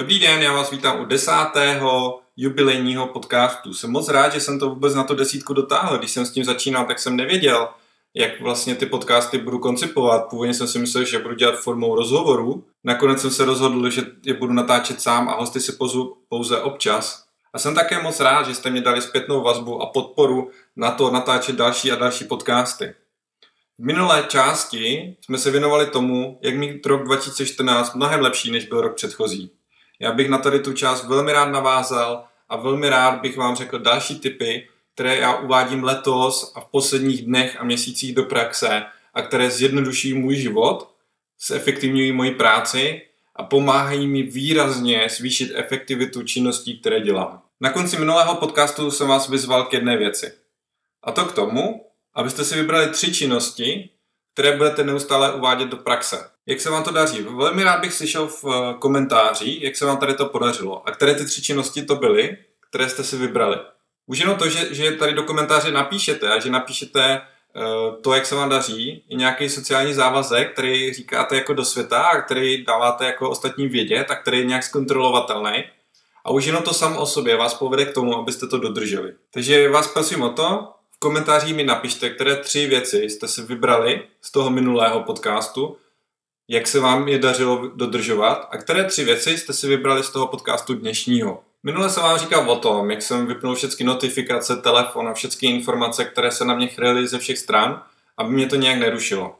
Dobrý den, já vás vítám u 10. jubilejního podcastu. Jsem moc rád, že jsem to vůbec na to 10 dotáhl. Když jsem s tím začínal, tak jsem nevěděl, jak vlastně ty podcasty budu koncipovat. Původně jsem si myslel, že budu dělat formou rozhovorů. Nakonec jsem se rozhodl, že je budu natáčet sám a hosty si pozvu pouze občas. A jsem také moc rád, že jste mi dali zpětnou vazbu a podporu na to natáčet další a další podcasty. V minulé části jsme se věnovali tomu, jak mít rok 2014 mnohem lepší, než byl rok předchozí. Já bych na tady tu část velmi rád navázal a velmi rád bych vám řekl další tipy, které já uvádím letos a v posledních dnech a měsících do praxe a které zjednodušují můj život, zefektivňují moji práci a pomáhají mi výrazně zvýšit efektivitu činností, které dělám. Na konci minulého podcastu jsem vás vyzval k jedné věci. A to k tomu, abyste si vybrali 3 činnosti, které budete neustále uvádět do praxe. Jak se vám to daří? Velmi rád bych slyšel v komentářích, jak se vám tady to podařilo. A které ty 3 činnosti to byly, které jste si vybrali. Už jenom to, že tady do komentáře napíšete a že napíšete to, jak se vám daří, je nějaký sociální závazek, který říkáte jako do světa a který dáváte jako ostatním vědět a který je nějak zkontrolovatelný. A už jenom to samo o sobě vás povede k tomu, abyste to dodrželi. Takže vás prosím o to, v komentářích mi napište, které 3 věci jste si vybrali z toho minulého podcastu, jak se vám je dařilo dodržovat a které 3 věci jste si vybrali z toho podcastu dnešního. Minule jsem vám říkal o tom, jak jsem vypnul všechny notifikace, telefon a všechny informace, které se na mě chrlily ze všech stran, aby mě to nějak nerušilo.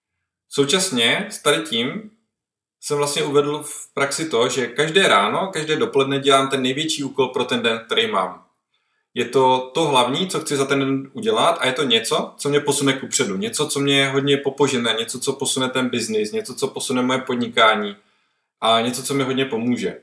Současně s tady tím jsem vlastně uvedl v praxi to, že každé ráno, každé dopoledne dělám ten největší úkol pro ten den, který mám. Je to to hlavní, co chci za ten den udělat a je to něco, co mě posune kupředu. Něco, co mě hodně popožene, něco, co posune ten biznis, něco, co posune moje podnikání a něco, co mi hodně pomůže.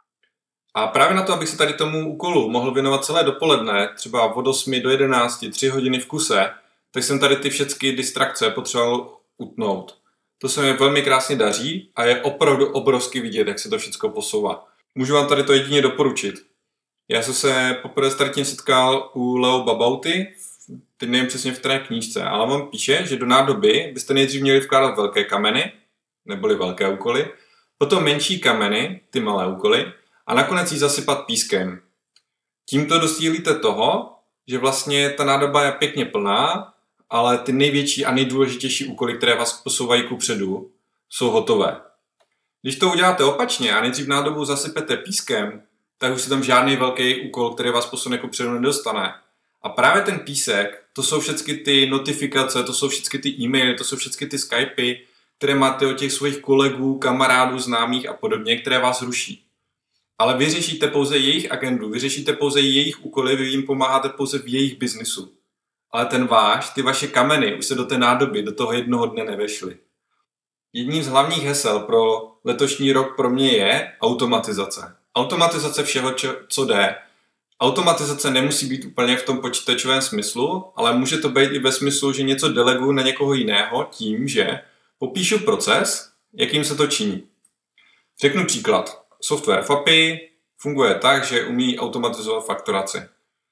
A právě na to, abych se tady tomu úkolu mohl věnovat celé dopoledne, třeba od 8 do 11, 3 hodiny v kuse, tak jsem tady ty všechny distrakce potřeboval utnout. To se mi velmi krásně daří a je opravdu obrovsky vidět, jak se to všechno posouvá. Můžu vám tady to jedině doporučit. Já jsem se poprvé s tím setkal u Leo Babauty, teď nevím přesně v které knížce, ale on píše, že do nádoby byste nejdřív měli vkládat velké kameny, neboli velké úkoly, potom menší kameny, ty malé úkoly, a nakonec ji zasypat pískem. Tímto docílíte toho, že vlastně ta nádoba je pěkně plná, ale ty největší a nejdůležitější úkoly, které vás posouvají kupředu, jsou hotové. Když to uděláte opačně a nejdřív nádobu zasypete pískem, tak už se tam žádný velký úkol, který vás posune kupředu, nedostane. A právě ten písek, to jsou všechny ty notifikace, to jsou všechny ty e-maily, to jsou všechny ty Skypey, které máte od těch svých kolegů, kamarádů, známých a podobně, které vás ruší. Ale vy řešíte pouze jejich agendu, vy řešíte pouze jejich úkoly, vy jim pomáháte pouze v jejich biznisu. Ale ty vaše kameny už se do té nádoby, do toho jednoho dne nevešly. Jedním z hlavních hesel pro letošní rok pro mě je automatizace. Automatizace všeho, co jde. Automatizace nemusí být úplně v tom počítačovém smyslu, ale může to být i ve smyslu, že něco deleguju na někoho jiného tím, že popíšu proces, jakým se to činí. Řeknu příklad. Software FAPI funguje tak, že umí automatizovat fakturaci.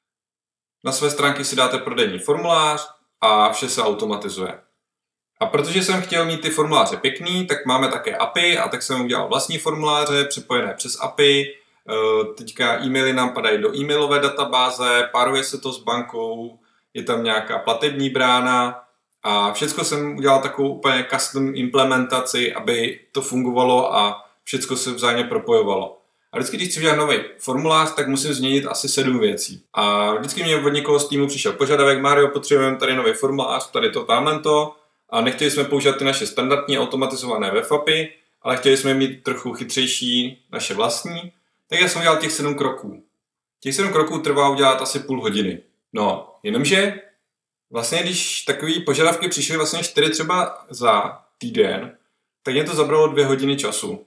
Na své stránky si dáte prodejní formulář a vše se automatizuje. A protože jsem chtěl mít ty formuláře pěkný, tak máme také API a tak jsem udělal vlastní formuláře připojené přes API. Teďka e-maily nám padají do e-mailové databáze, páruje se to s bankou, je tam nějaká platební brána a všechno jsem udělal takovou úplně custom implementaci, aby to fungovalo a všechno se vzájemně propojovalo. A vždycky, když chci udělat nový formulář, tak musím změnit asi 7 věcí. A vždycky mě od někoho z týmu přišel požadavek, Mario, potřebujeme tady nový formulář, tady to, tamto. A nechtěli jsme používat ty naše standardní automatizované web API, ale chtěli jsme mít trochu chytřejší naše vlastní. Tak já jsem udělal těch 7 kroků. Těch 7 kroků trvá udělat asi půl hodiny. No, jenomže vlastně, když takový požadavky přišly vlastně 4 třeba za týden, tak mě to zabralo 2 hodiny času.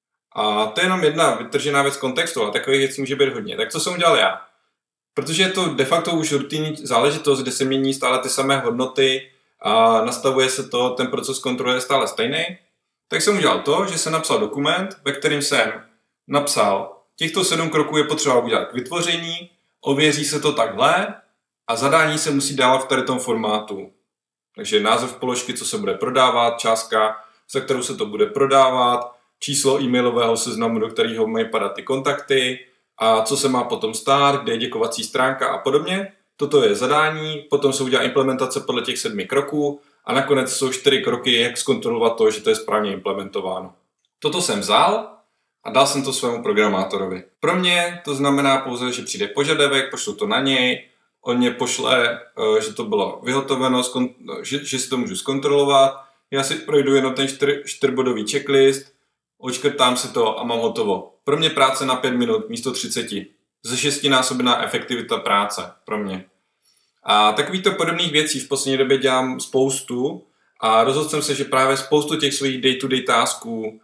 A to je jenom jedna vytržená věc kontextu, ale takových věcí může být hodně. Tak co jsem udělal já? Protože je to de facto už rutinní záležitost, kde se mění stále ty samé hodnoty a nastavuje se to, ten proces kontroly je stále stejný, tak jsem udělal to, že jsem napsal dokument, ve kterým jsem napsal, těchto 7 kroků je potřeba udělat k vytvoření, ověří se to takhle a zadání se musí dávat v tady tom formátu. Takže název položky, co se bude prodávat, částka, za kterou se to bude prodávat, číslo e-mailového seznamu, do kterého mají padat ty kontakty a co se má potom stát, kde je děkovací stránka a podobně. Toto je zadání, potom se udělá implementace podle těch 7 kroků a nakonec jsou 4 kroky, jak zkontrolovat to, že to je správně implementováno. Toto jsem vzal a dal jsem to svému programátorovi. Pro mě to znamená pouze, že přijde požadavek, pošlu to na něj, on mě pošle, že to bylo vyhotoveno, že si to můžu zkontrolovat, já si projdu jenom ten 4bodový checklist, odškrtám si to a mám hotovo. Pro mě práce na 5 minut místo 30. Ze 6násobná efektivita práce pro mě. A takovýchto podobných věcí v poslední době dělám spoustu a rozhodl jsem se, že právě spoustu těch svých day-to-day tasků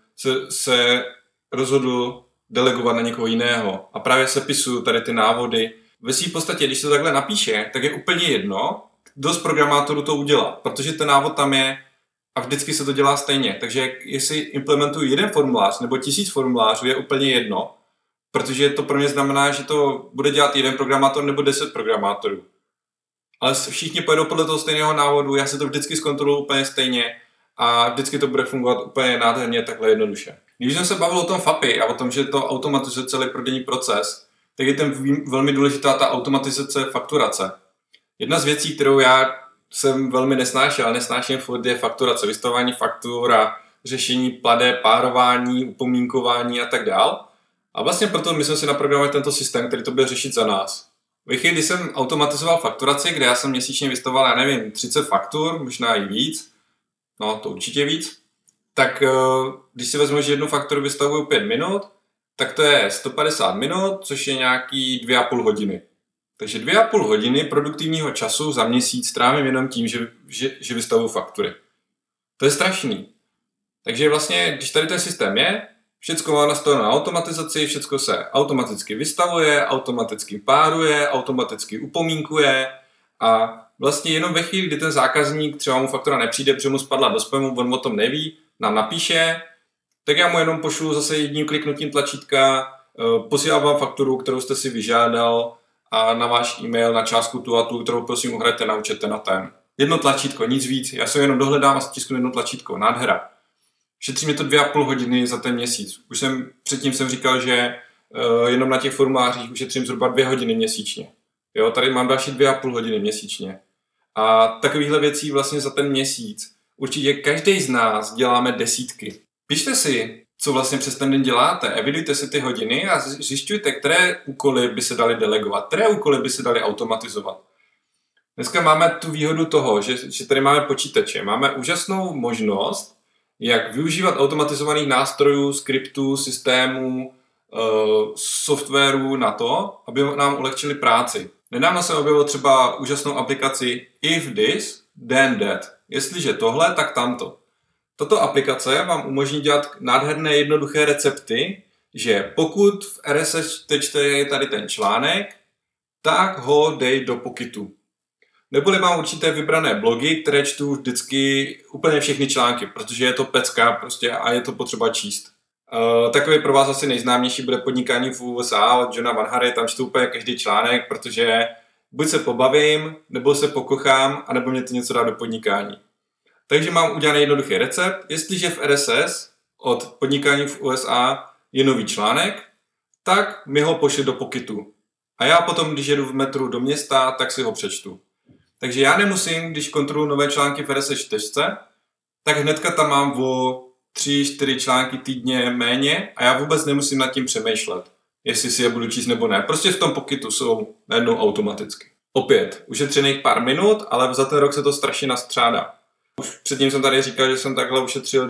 se rozhodl delegovat na někoho jiného. A právě sepisuju tady ty návody. Ve svým podstatě, když se to takhle napíše, tak je úplně jedno, kdo z programátorů to udělá, protože ten návod tam je a vždycky se to dělá stejně. Takže jestli implementuju 1 formulář nebo 1000 formulářů, je úplně jedno, protože to pro mě znamená, že to bude dělat 1 programátor nebo 10 programátorů. Ale všichni pojedou podle toho stejného návodu, já si to vždycky zkontroluji úplně stejně a vždycky to bude fungovat úplně nádherně takhle jednoduše. Když jsem se bavil o tom FAPI a o tom, že to automatizuje celý prodejní proces, tak je tam velmi důležitá ta automatizace fakturace. Jedna z věcí, kterou já jsem velmi nesnáším furt, je fakturace, vystavování faktur a řešení plateb, párování, upomínkování a tak dál. A vlastně proto my jsme si naprogramovali tento systém, který to bude řešit za nás. Ve chvíli, kdy jsem automatizoval fakturaci, kde já jsem měsíčně vystavoval, já nevím, 30 faktur, možná i víc, no to určitě víc, tak když si vezmu, že jednu fakturu vystavuju 5 minut, tak to je 150 minut, což je nějaký 2,5 hodiny. Takže 2,5 hodiny produktivního času za měsíc trávím jenom tím, že vystavuju faktury. To je strašný. Takže vlastně, když tady ten systém je, všecko má nastaveno na automatizaci, všecko se automaticky vystavuje, automaticky páruje, automaticky upomínkuje a vlastně jenom ve chvíli, kdy ten zákazník, třeba mu faktura nepřijde, protože mu spadla do spamu, on o tom neví, nám napíše, tak já mu jenom pošlu zase jedním kliknutím tlačítka, posílám vám fakturu, kterou jste si vyžádal a na váš e-mail, na částku tu a tu, kterou prosím uhrajte na účet na ten. Jedno tlačítko, nic víc, já se jenom dohledám a stisknu jedno tlačítko, nádhera. Šetří mi to 2,5 hodiny za ten měsíc. Předtím jsem říkal, že jenom na těch formulářích ušetřím zhruba 2 hodiny měsíčně. Jo, tady mám další 2,5 hodiny měsíčně. A takovýchhle věcí vlastně za ten měsíc určitě každý z nás děláme desítky. Pište si, co vlastně přes ten den děláte, evidujte si ty hodiny a zjišťujte, které úkoly by se daly delegovat, které úkoly by se daly automatizovat. Dneska máme tu výhodu toho, že tady máme počítače. Máme úžasnou možnost, jak využívat automatizovaných nástrojů, skriptů, systémů, softwarů na to, aby nám ulehčili práci. Nedávno jsem objevil třeba úžasnou aplikaci If This, Then That. Jestliže tohle, tak tamto. Tato aplikace vám umožní dělat nádherné jednoduché recepty, že pokud v RSS čtete tady ten článek, tak ho dej do Pocketu. Neboli mám určité vybrané blogy, které čtu vždycky úplně všechny články, protože je to pecka prostě a je to potřeba číst. Takový pro vás asi nejznámější bude Podnikání v USA od Johna Van Harry, tam čtu úplně každý článek, protože buď se pobavím, nebo se pokochám, anebo mě to něco dá do podnikání. Takže mám udělaný jednoduchý recept, jestliže v RSS od Podnikání v USA je nový článek, tak mi ho pošle do Pocketu. A já potom, když jedu v metru do města, tak si ho přečtu. Takže já nemusím, když kontroluji nové články v RSS čtečce, tak hnedka tam mám o 3-4 články týdně méně a já vůbec nemusím nad tím přemýšlet, jestli si je budu číst nebo ne. Prostě v tom Pocketu jsou najednou automaticky. Opět, ušetřených pár minut, ale za ten rok se to strašně nastřádá. Už předtím jsem tady říkal, že jsem takhle ušetřil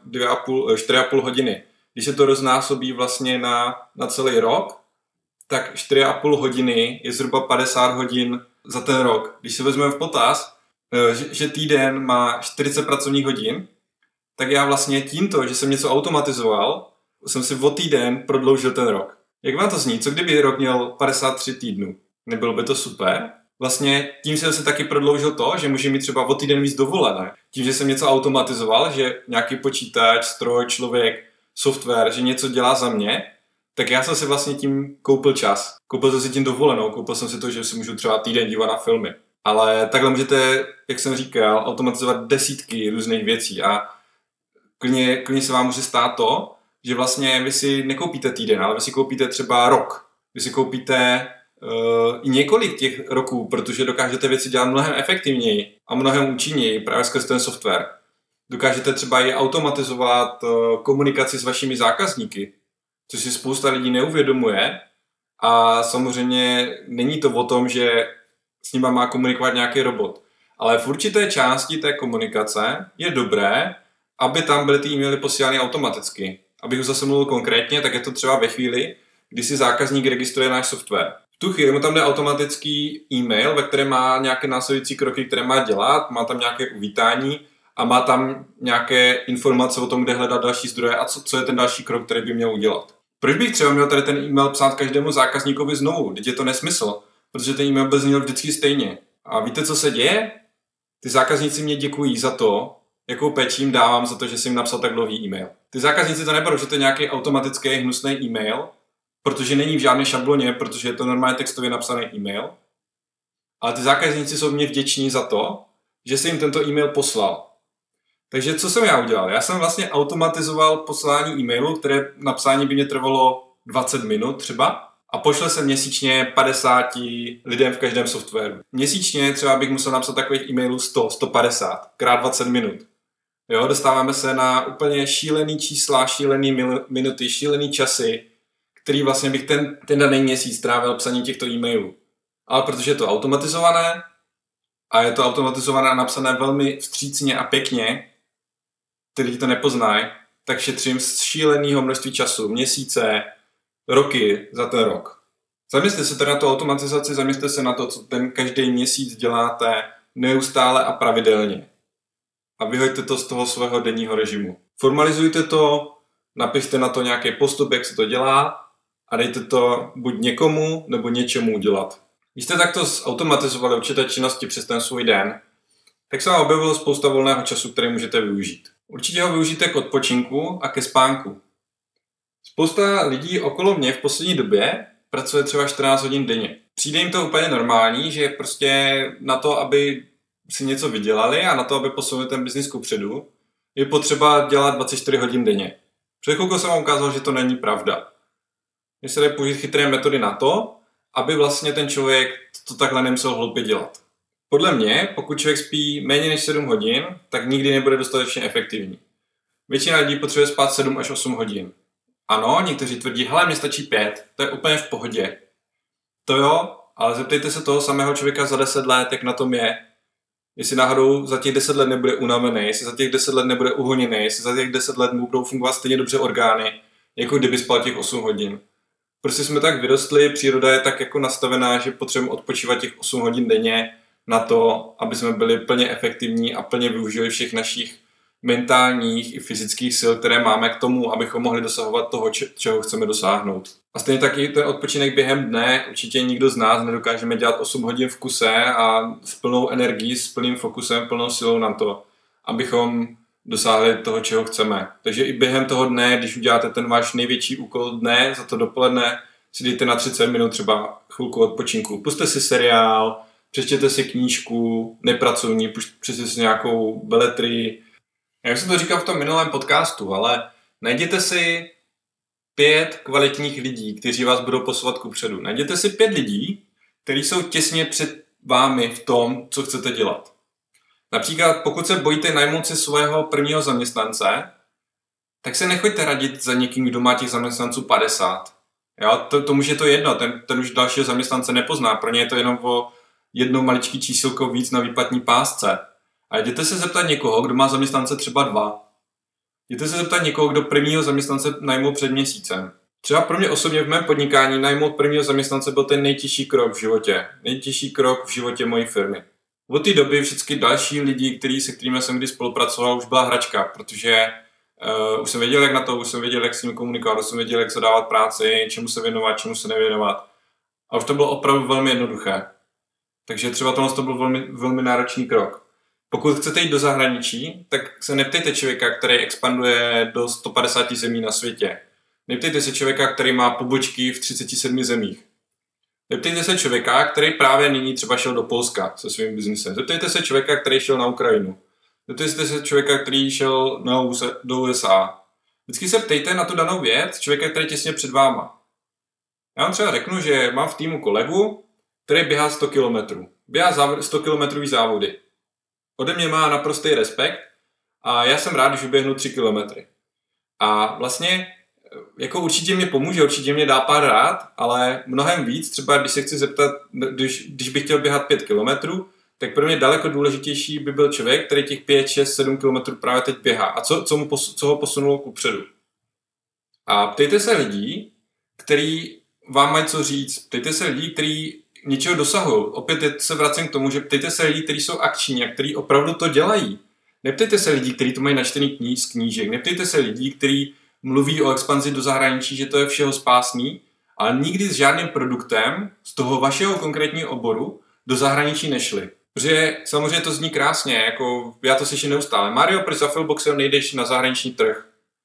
4,5 hodiny. Když se to roznásobí vlastně na celý rok, tak 4,5 hodiny je zhruba 50 hodin za ten rok. Když si vezmeme v potaz, že týden má 40 pracovních hodin, tak já vlastně tímto, že jsem něco automatizoval, jsem si o týden prodloužil ten rok. Jak vám to zní? Co kdyby rok měl 53 týdnů? Nebylo by to super? Vlastně tím jsem si taky prodloužil to, že můžu mít třeba o týden víc dovolené. Tím, že jsem něco automatizoval, že nějaký počítač, stroj, člověk, software, že něco dělá za mě, tak já jsem si vlastně tím koupil čas. Koupil jsem si tím dovolenou, koupil jsem si to, že si můžu třeba týden dívat na filmy. Ale takhle můžete, jak jsem říkal, automatizovat desítky různých věcí a klidně se vám může stát to, že vlastně vy si nekoupíte týden, ale vy si koupíte třeba rok. Vy si koupíte i několik těch roků, protože dokážete věci dělat mnohem efektivněji a mnohem účinněji právě skrz ten software. Dokážete třeba i automatizovat komunikaci s vašimi zákazníky, což si spousta lidí neuvědomuje a samozřejmě není to o tom, že s nima má komunikovat nějaký robot. Ale v určité části té komunikace je dobré, aby tam byly ty e-maily posílány automaticky. Abych ho zase mluvil konkrétně, tak je to třeba ve chvíli, kdy si zákazník registruje náš software. V tu chvíli mu tam jde automatický e-mail, ve kterém má nějaké následující kroky, které má dělat, má tam nějaké uvítání a má tam nějaké informace o tom, kde hledat další zdroje a co je ten další krok, který by měl udělat. Proč bych třeba měl tady ten e-mail psát každému zákazníkovi znovu? Teď je to nesmysl, protože ten e-mail by zněl vždycky stejně. A víte, co se děje? Ty zákazníci mě děkují za to, jakou péči jim dávám za to, že jsem jim napsal tak dlouhý e-mail. Ty zákazníci to neberou, že to je nějaký automatický hnusný e-mail, protože není v žádné šabloně, protože je to normálně textově napsaný e-mail. Ale ty zákazníci jsou mě vděční za to, že jsem jim tento e-mail poslal. Takže co jsem já udělal? Já jsem vlastně automatizoval poslání e-mailu, které napsání by mě trvalo 20 minut třeba, a pošle se měsíčně 50 lidem v každém softwaru. Měsíčně třeba bych musel napsat takových e-mailů 100, 150, krát 20 minut. Jo, dostáváme se na úplně šílený čísla, šílený minuty, šílený časy, který vlastně bych ten daný měsíc trávil psaním těchto e-mailů. Ale protože je to automatizované a je to automatizované a napsané velmi vstřícně a pěkně, který to nepoznají, tak šetřím z šíleného množství času, měsíce, roky za ten rok. Zamyslete se teda na tu automatizaci, zamyslete se na to, co ten každý měsíc děláte neustále a pravidelně. A vyhoďte to z toho svého denního režimu. Formalizujte to, napište na to nějaký postup, jak se to dělá a dejte to buď někomu nebo něčemu udělat. Když jste takto zautomatizovali určité činnosti přes ten svůj den, tak se vám objevilo spousta volného času, který můžete využít. Určitě ho využijte k odpočinku a ke spánku. Spousta lidí okolo mě v poslední době pracuje třeba 14 hodin denně. Přijde jim to úplně normální, že prostě na to, aby si něco vydělali a na to, aby posunuli ten biznis kupředu, je potřeba dělat 24 hodin denně. Před chvilkou jsem vám ukázal, že to není pravda. Že se dají použít chytré metody na to, aby vlastně ten člověk to takhle nemusel hloupě dělat. Podle mě, pokud člověk spí méně než 7 hodin, tak nikdy nebude dostatečně efektivní. Většina lidí potřebuje spát 7 až 8 hodin. Ano, někteří tvrdí, hele, mně stačí 5, to je úplně v pohodě. To jo, ale zeptejte se toho samého člověka za 10 let, jak na tom je. Jestli náhodou za těch 10 let nebude unavený, jestli za těch 10 let nebude uhoněný, jestli za těch 10 let mu budou fungovat stejně dobře orgány, jako kdyby spal těch 8 hodin. Prostě jsme tak vyrostli, příroda je tak jako nastavená, že potřebujeme odpočívat těch 8 hodin denně na to, aby jsme byli plně efektivní a plně využili všech našich mentálních i fyzických sil, které máme k tomu, abychom mohli dosahovat toho, čeho chceme dosáhnout. A stejně taky ten odpočinek během dne, určitě nikdo z nás nedokážeme dělat 8 hodin v kuse a s plnou energií, s plným fokusem, plnou silou na to, abychom dosáhli toho, čeho chceme. Takže i během toho dne, když uděláte ten váš největší úkol dne, za to dopoledne, si dejte na 30 minut třeba chvilku odpočinku. Puste si seriál, přečtěte si knížku, nepracovní, přečtěte si nějakou beletrii. Já jsem to říkal v tom minulém podcastu, ale najděte si 5 kvalitních lidí, kteří vás budou posouvat kupředu. Najděte si 5 lidí, kteří jsou těsně před vámi v tom, co chcete dělat. Například, pokud se bojíte najmout si svého prvního zaměstnance, tak se nechoďte radit za někým, kdo má těch zaměstnanců 50. Jo, tomu je to jedno, ten už dalšího zaměstnance nepozná, pro ně je to jenom o jedno maličký čísilko víc na výplatní pásce. A jděte se zeptat někoho, kdo má zaměstnance třeba 2. Jděte se zeptat někoho, kdo prvního zaměstnance najmul před měsícem. Třeba pro mě osobně v mém podnikání najmout prvního zaměstnance byl ten nejtěžší krok v životě. Nejtěžší krok v životě mojí firmy. Od té doby všechny další lidi, se kterými jsem kdy spolupracoval, už byla hračka, protože už jsem věděl, jak na to, už jsem věděl, jak s ním komunikovat, už jsem věděl, jak zadávat práci, čemu se věnovat, čemu se nevěnovat. A už to bylo opravdu velmi jednoduché. Takže třeba tohle to byl velmi, velmi náročný krok. Pokud chcete jít do zahraničí, tak se neptejte člověka, který expanduje do 150 zemí na světě. Neptejte se člověka, který má pobočky v 37 zemích. Zeptejte se člověka, který právě nyní třeba šel do Polska se svým biznesem. Zeptejte se člověka, který šel na Ukrajinu. Zeptejte se člověka, který šel do USA. Vždycky se ptejte na tu danou věc člověka, který je těsně před váma. Já vám třeba řeknu, že mám v týmu kolegu, který běhá 100 km. Běhá 100 km závody. Ode mě má naprostý respekt a já jsem rád, když uběhnu 3 km. A vlastně jako určitě mě pomůže, určitě mě dá pár rád, ale mnohem víc, třeba když se chci zeptat, když bych chtěl běhat 5 km, tak pro mě daleko důležitější by byl člověk, který těch 5, 6, 7 km právě teď běhá. A co ho posunulo kupředu. A ptejte se lidí, který vám mají co říct. Ptejte se lidí, kteří něčeho dosahují. Opět se vracím k tomu, že ptejte se lidí, kteří jsou akční a kteří opravdu to dělají. Neptejte se lidí, kteří to mají načtený z knížek. Neptejte se lidí, kteří mluví o expanzi do zahraničí, že to je všeho spásný, ale nikdy s žádným produktem z toho vašeho konkrétního oboru do zahraničí nešli. Protože samozřejmě to zní krásně, jako já to slyším neustále. Mario, proč za Fillboxem nejdeš na zahraniční trh?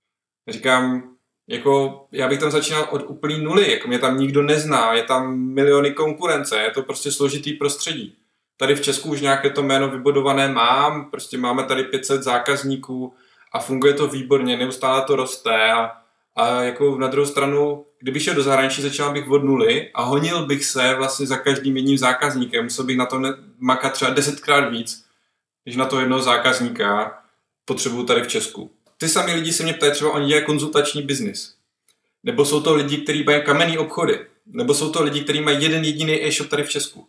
Říkám, jako já bych tam začínal od úplný nuly, jako mě tam nikdo nezná, je tam miliony konkurence, je to prostě složitý prostředí. Tady v Česku už nějaké to jméno vybudované mám, prostě máme tady 500 zákazníků a funguje to výborně, neustále to roste a jako na druhou stranu, kdybych šel do zahraničí, začal bych od nuly a honil bych se vlastně za každým jedním zákazníkem, musel bych na to makat třeba 10krát víc, než na to jednoho zákazníka potřebuju tady v Česku. Ty sami lidi se mě ptají, třeba oni dělají konzultační biznis. Nebo jsou to lidi, kteří mají kamenný obchody. Nebo jsou to lidi, kteří mají jeden jediný e-shop tady v Česku.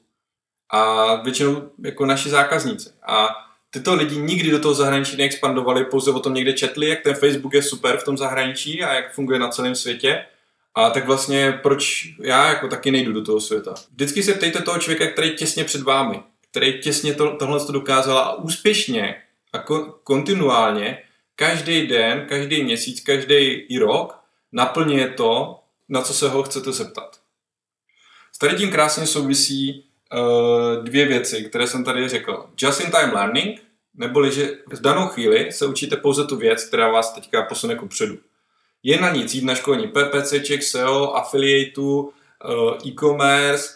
A většinou jako naši zákazníci. A tyto lidi nikdy do toho zahraničí neexpandovali, pouze o tom někde četli, jak ten Facebook je super v tom zahraničí a jak funguje na celém světě. A tak vlastně proč já jako taky nejdu do toho světa. Vždycky se ptejte toho člověka, který je těsně před vámi, který těsně tohle dokázal a úspěšně a kontinuálně každý den, každý měsíc, každý rok naplňuje to, na co se ho chcete zeptat. S tady tím krásně souvisí dvě věci, které jsem tady řekl. Just-in-time learning, neboli že v danou chvíli se učíte pouze tu věc, která vás teďka posune kupředu. Je na nic jít na školení PPCček, SEO, affiliateů, e-commerce,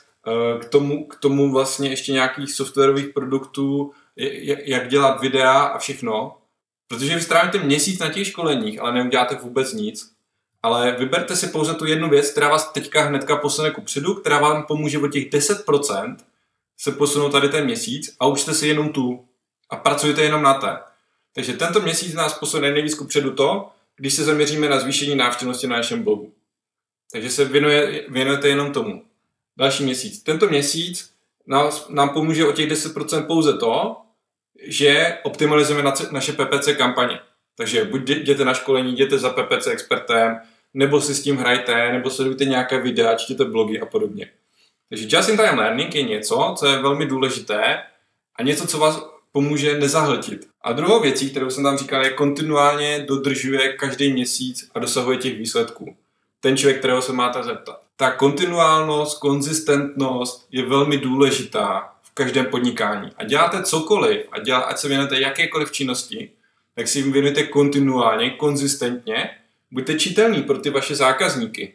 k tomu vlastně ještě nějakých softwarových produktů, jak dělat videa a všechno. Protože vy strávíte měsíc na těch školeních, ale neuděláte vůbec nic. Ale vyberte si pouze tu jednu věc, která vás teďka hnedka posune kupředu, která vám pomůže o těch 10% se posunout tady ten měsíc a učte si jenom tu a pracujete jenom na té. Takže tento měsíc nás posune nejvíc kupředu to, když se zaměříme na zvýšení návštěvnosti na našem blogu. Takže se věnujete jenom tomu. Další měsíc. Tento měsíc nám pomůže o těch 10% pouze to, že optimalizujeme naše PPC kampaně. Takže buď jděte na školení, jděte za PPC expertem, nebo si s tím hrajte, nebo sledujte nějaké videa, čtěte blogy a podobně. Takže just-in-time learning je něco, co je velmi důležité a něco, co vás pomůže nezahltit. A druhou věcí, kterou jsem tam říkal, je kontinuálně dodržuje každý měsíc a dosahuje těch výsledků. Ten člověk, kterého se máte zeptat. Ta kontinuálnost, konzistentnost je velmi důležitá v každém podnikání. A děláte cokoliv, ať se věnujete jakékoliv činnosti, tak si jim věnujete kontinuálně, konzistentně, buďte čitelný pro ty vaše zákazníky.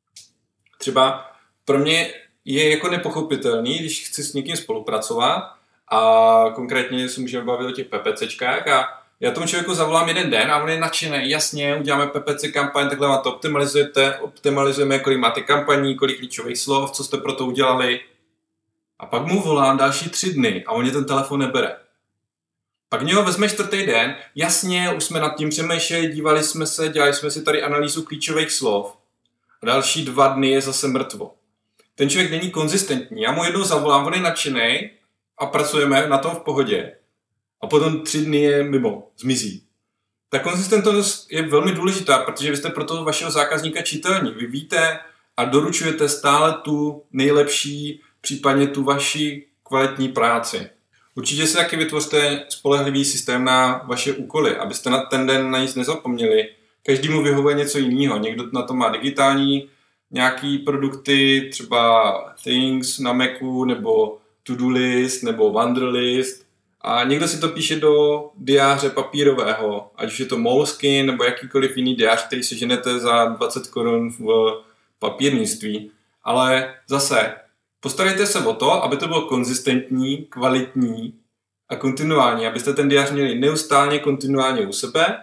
Třeba pro mě je jako nepochopitelný, když chci s někým spolupracovat a konkrétně se můžeme bavit o těch PPCčkách a já tomu člověku zavolám jeden den a on je nadšený, jasně, uděláme PPC kampaň, takhle vám to optimalizujeme, kolik máte kampaní, kolik klíčových slov, co jste pro to udělali. A pak mu volám další 3 dny a on mě ten telefon nebere. Pak něho vezme 4. den, jasně, už jsme nad tím přemýšleli, dívali jsme se, dělali jsme si tady analýzu klíčových slov a další 2 dny je zase mrtvo. Ten člověk není konzistentní, já mu jednou zavolám, on je nadšenej a pracujeme na tom v pohodě a potom 3 dny je mimo, zmizí. Ta konzistentnost je velmi důležitá, protože vy jste pro toho vašeho zákazníka čitelní. Vy víte a doručujete stále tu nejlepší, případně tu vaši kvalitní práci. Určitě si taky vytvořte spolehlivý systém na vaše úkoly, abyste na ten den na nic nezapomněli. Každému vyhovuje něco jiného. Někdo na to má digitální nějaký produkty, třeba Things na Macu, nebo To-do list, nebo Wunderlist. A někdo si to píše do diáře papírového, ať už je to Moleskine, nebo jakýkoliv jiný diář, který si ženete za 20 korun v papírnictví. Ale zase, postarejte se o to, aby to bylo konzistentní, kvalitní a kontinuální, abyste ten diář měli neustále kontinuálně u sebe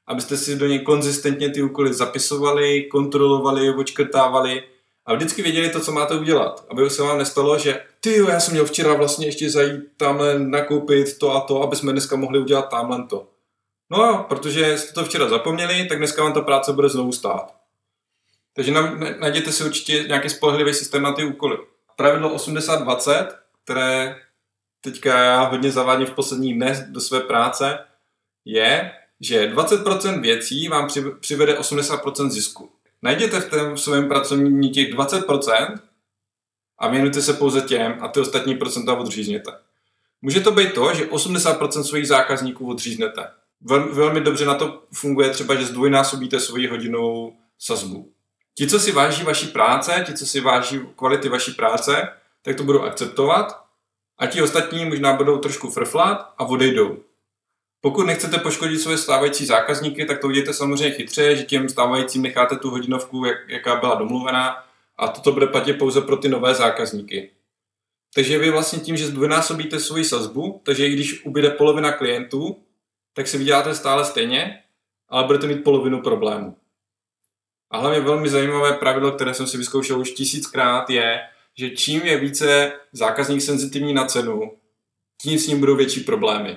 abyste si do něj konzistentně ty úkoly zapisovali, kontrolovali, odškrtávali a vždycky věděli to, co máte udělat. Aby se vám nestalo, že já jsem měl včera vlastně ještě zajít tamhle nakoupit to a to, aby jsme dneska mohli udělat tamhle to. No a protože jste to včera zapomněli, tak dneska vám ta práce bude znovu stát. Takže najděte si určitě nějaký spolehlivý systém na ty úkoly. Pravidlo 80-20, které teďka já hodně zavádím v posledních dnech do své práce, je, že 20% věcí vám přivede 80% zisku. Najděte v svém pracovním dní těch 20% a věnujte se pouze těm a ty ostatní procenta odřízněte. Může to být to, že 80% svých zákazníků odříznete. Velmi dobře na to funguje třeba, že zdvojnásobíte svoji hodinovou sazbu. Ti, co si váží vaší práce, ti, co si váží kvality vaší práce, tak to budou akceptovat a ti ostatní možná budou trošku frflat a odejdou. Pokud nechcete poškodit své stávající zákazníky, tak to udějte samozřejmě chytře, že těm stávajícím necháte tu hodinovku, jaká byla domluvená a toto bude platit pouze pro ty nové zákazníky. Takže vy vlastně tím, že zdvojnásobíte svoji sazbu, takže i když ubyde polovina klientů, tak si vyděláte stále stejně, ale budete mít polovinu problémů. A hlavně velmi zajímavé pravidlo, které jsem si vyzkoušel už 1000krát, je, že čím je více zákazník senzitivní na cenu, tím s ním budou větší problémy.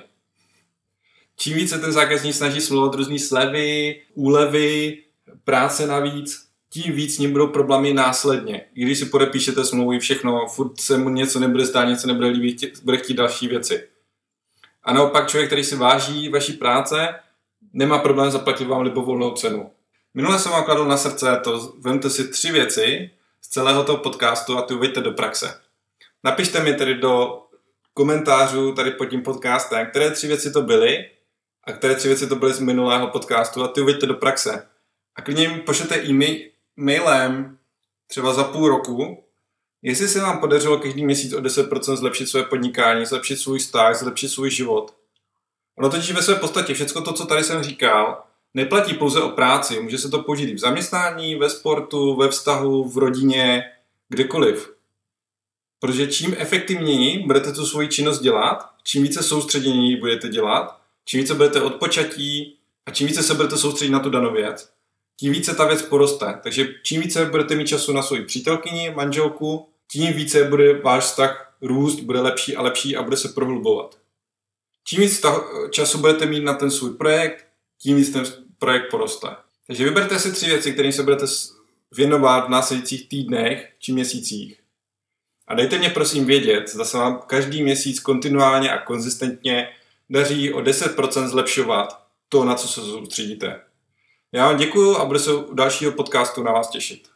Čím více ten zákazník snaží smlouvat různý slevy, úlevy, práce navíc, tím víc s ním budou problémy následně. I když si podepíšete smlouvu všechno, furt se mu něco nebude zdát, něco nebude líbit, bude chtít další věci. A naopak člověk, který si váží vaší práce, nemá problém zaplatit vám libovolnou cenu. Minule jsem vám kladl na srdce to, vemte si 3 věci z celého toho podcastu a ty uveďte do praxe. Napište mi tedy do komentářů tady pod tím podcastem, které 3 věci to byly a které 3 věci to byly z minulého podcastu a ty uveďte do praxe. A klidně jim pošlete mailem třeba za půl roku, jestli se vám podařilo každý měsíc o 10% zlepšit své podnikání, zlepšit svůj vztah, zlepšit svůj život. Ono totiž ve své podstatě všechno to, co tady jsem říkal, neplatí pouze o práci. Může se to použít i v zaměstnání, ve sportu, ve vztahu, v rodině, kdekoliv. Protože čím efektivněji budete tu svoji činnost dělat, čím více soustředění budete dělat, čím více budete odpočatí a čím více se budete soustředit na tu danou věc, tím více ta věc poroste. Takže čím více budete mít času na svoji přítelkyni, manželku, tím více bude váš vztah růst, bude lepší a bude se prohlubovat. Čím víc času budete mít na ten svůj projekt, tím víc ten projekt poroste. Takže vyberte si 3 věci, kterým se budete věnovat v následujících týdnech či měsících. A dejte mě prosím vědět, zda se vám každý měsíc kontinuálně a konzistentně daří o 10% zlepšovat to, na co se soustředíte. Já vám děkuju a budu se u dalšího podcastu na vás těšit.